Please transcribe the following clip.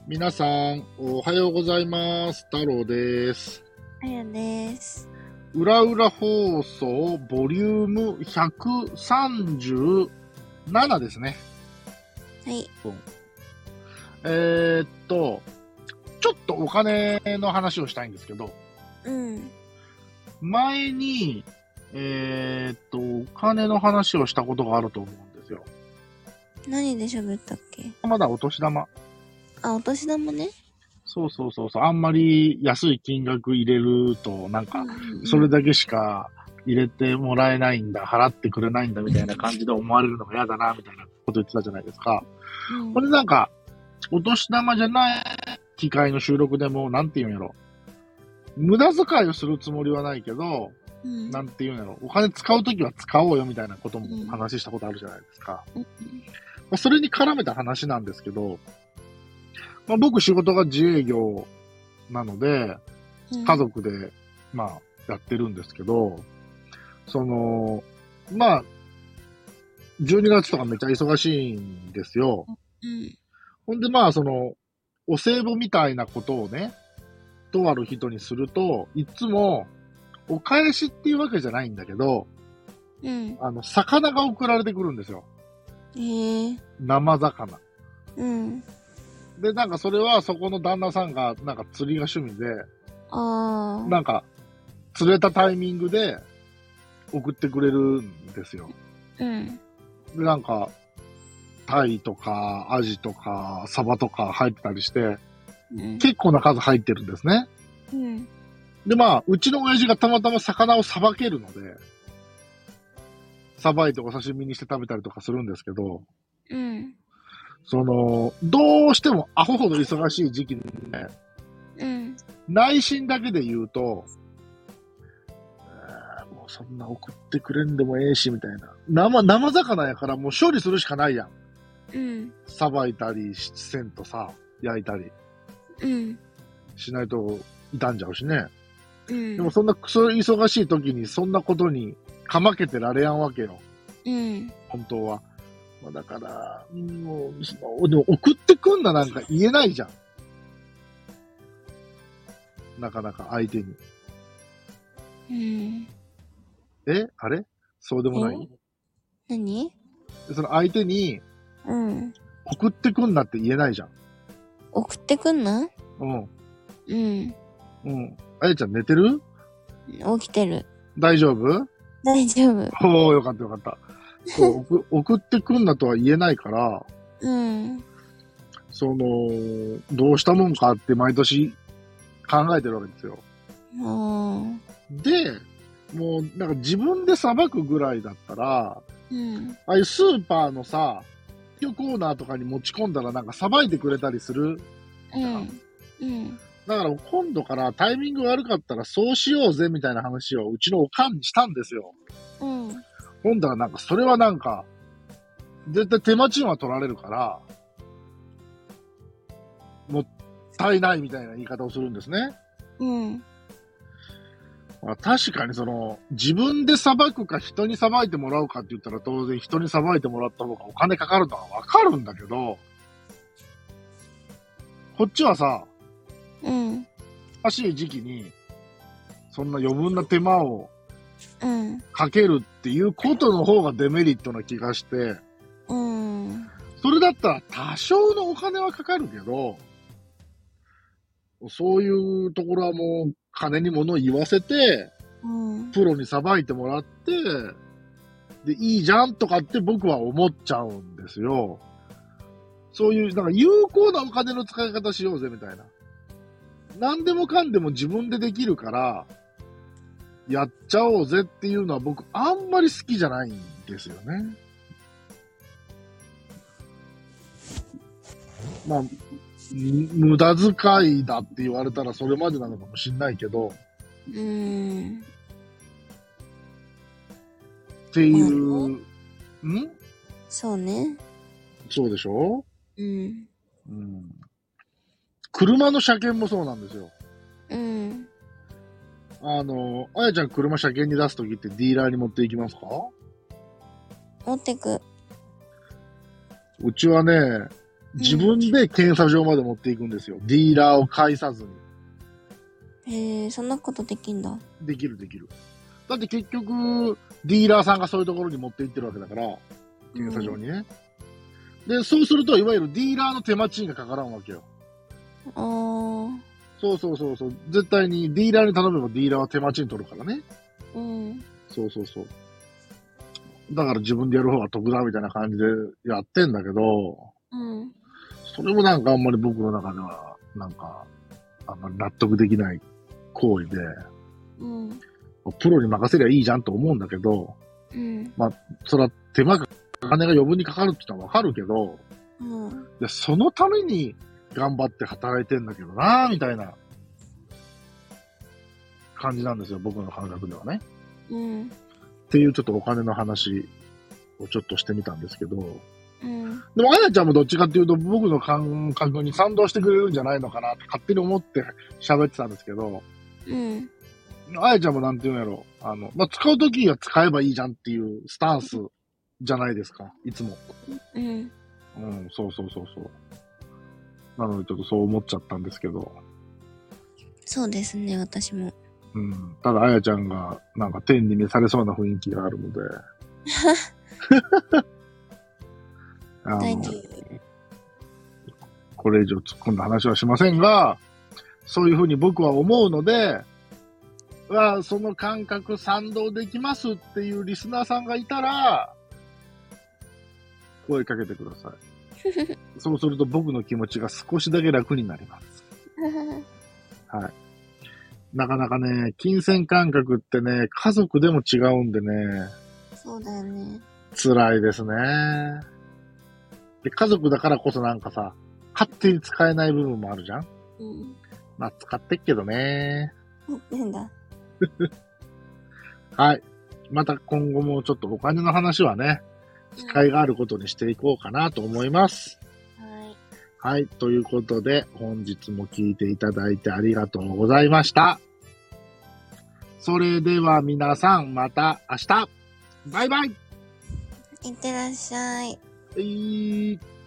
皆さん、おはようございます。太郎です。 あやです。 裏裏放送ボリューム137ですね。 はい。 ちょっとお金の話をしたいんですけど、 うん。 前に、お金の話をしたことがあると思うんですよ。 何で喋ったっけ？ まだお年玉。 あ、お年玉ね。 そうそうそうそう。あんまり安い金額入れると、なんか、それだけしか入れてもらえないんだ、払ってくれないんだみたいな感じで思われるのが嫌だな、みたいなこと言ってたじゃないですか。これなんか、お年玉じゃない機会の収録でも、なんて言うんやろ。無駄遣いをするつもりはないけど、なんて言うんやろ。お金使うときは使おうよみたいなことも話したことあるじゃないですか。それに絡めた話なんですけど、僕仕事が自営業なので、家族で、やってるんですけど、12月とかめっちゃ忙しいんですよ。ほんでお歳暮みたいなことをね、とある人にすると、いつも、お返しっていうわけじゃないんだけど、魚が送られてくるんですよ。生魚。で、それはそこの旦那さんが、釣りが趣味で、釣れたタイミングで送ってくれるんですよ。で、タイとか、アジとか、サバとか入ってたりして、結構な数入ってるんですね。で、うちの親父がたまたま魚をさばけるので、さばいてお刺身にして食べたりとかするんですけど、どうしてもアホほど忙しい時期にね、内心だけで言うと、もうそんな送ってくれんでもええし、みたいな。生魚やからもう処理するしかないやん。さばいたり、せんとさ、焼いたり。しないと傷んじゃうしね。でもそんな忙しい時にそんなことにかまけてられやんわけよ。本当は。だから、でも送ってくんななんか言えないじゃん。なかなか相手に。あれそうでもない？ 何？ その相手に、送ってくんなって言えないじゃん。 送ってくんな？ あやちゃん寝てる？ 起きてる。 大丈夫？ 大丈夫。 おー、よかったよかった。そう、送ってくんなとは言えないから、どうしたもんかって毎年考えてるわけですよ。で、もう、自分でさばくぐらいだったら、ああいうスーパーのさ、コーナーとかに持ち込んだらさばいてくれたりする。だから今度からタイミング悪かったらそうしようぜみたいな話をうちのおかんにしたんですよ。ほんだらそれは絶対手間賃は取られるから、もったいないみたいな言い方をするんですね。確かに自分でさばくか人にさばいてもらうかって言ったら当然人にさばいてもらった方がお金かかるのはわかるんだけど、こっちはさ、忙しい時期に、そんな余分な手間をかけるっていうことの方がデメリットな気がして、それだったら多少のお金はかかるけど、そういうところはもう金に物を言わせて、プロにさばいてもらって、で、いいじゃんとかって僕は思っちゃうんですよ。そういう、有効なお金の使い方しようぜみたいな。何でもかんでも自分でできるから、やっちゃおうぜっていうのは僕あんまり好きじゃないんですよね。無駄遣いだって言われたらそれまでなのかもしんないけど。っていう、 そうね。 そうでしょ？車の車検もそうなんですよ。あやちゃん車車検に出すときってディーラーに持っていきますか？ 持ってく。 うちはね、 自分で検査場まで持っていくんですよ。ディーラーを介さずに。 そんなことできんだ。 できる。だって結局、ディーラーさんがそういうところに持って行ってるわけだから、検査場にね。で、そうすると、いわゆるディーラーの手間賃がかからんわけよ。そう。絶対にディーラーに頼めばディーラーは手間賃取るからね。そう。だから自分でやる方が得だみたいな感じでやってんだけど、それもなんかあんまり僕の中では、なんか、あんまり納得できない行為で、プロに任せりゃいいじゃんと思うんだけど、まあ、それは手間が、金が余分にかかるってのはわかるけど、いや、そのために頑張って働いてんだけどなみたいな感じなんですよ、僕の感覚ではね。っていうちょっとお金の話をちょっとしてみたんですけど、でもあやちゃんもどっちかっていうと僕の感覚に賛同してくれるんじゃないのかなって勝手に思って喋ってたんですけど、あやちゃんもなんて言うんやろ、まあ、使うときは使えばいいじゃんっていうスタンスじゃないですか、いつも。そう。なのでちょっとそう思っちゃったんですけど。 そうですね、私も。 ただあやちゃんがなんか天に召されそうな雰囲気があるので。 大丈夫。 これ以上突っ込んだ話はしませんが、そういうふうに僕は思うので、その感覚賛同できますっていうリスナーさんがいたら、声かけてください。そうすると僕の気持ちが少しだけ楽になります。はい。なかなかね、金銭感覚ってね、家族でも違うんでね。 そうだよね。 辛いですね。で、家族だからこそなんかさ、勝手に使えない部分もあるじゃん。まあ、使ってっけどね。 なんだ。 はい。また今後もちょっとお金の話はね、機会があることにしていこうかなと思います。はい。ということで、本日も聞いていただいてありがとうございました。それでは皆さん、また明日バイバイ。 いってらっしゃい。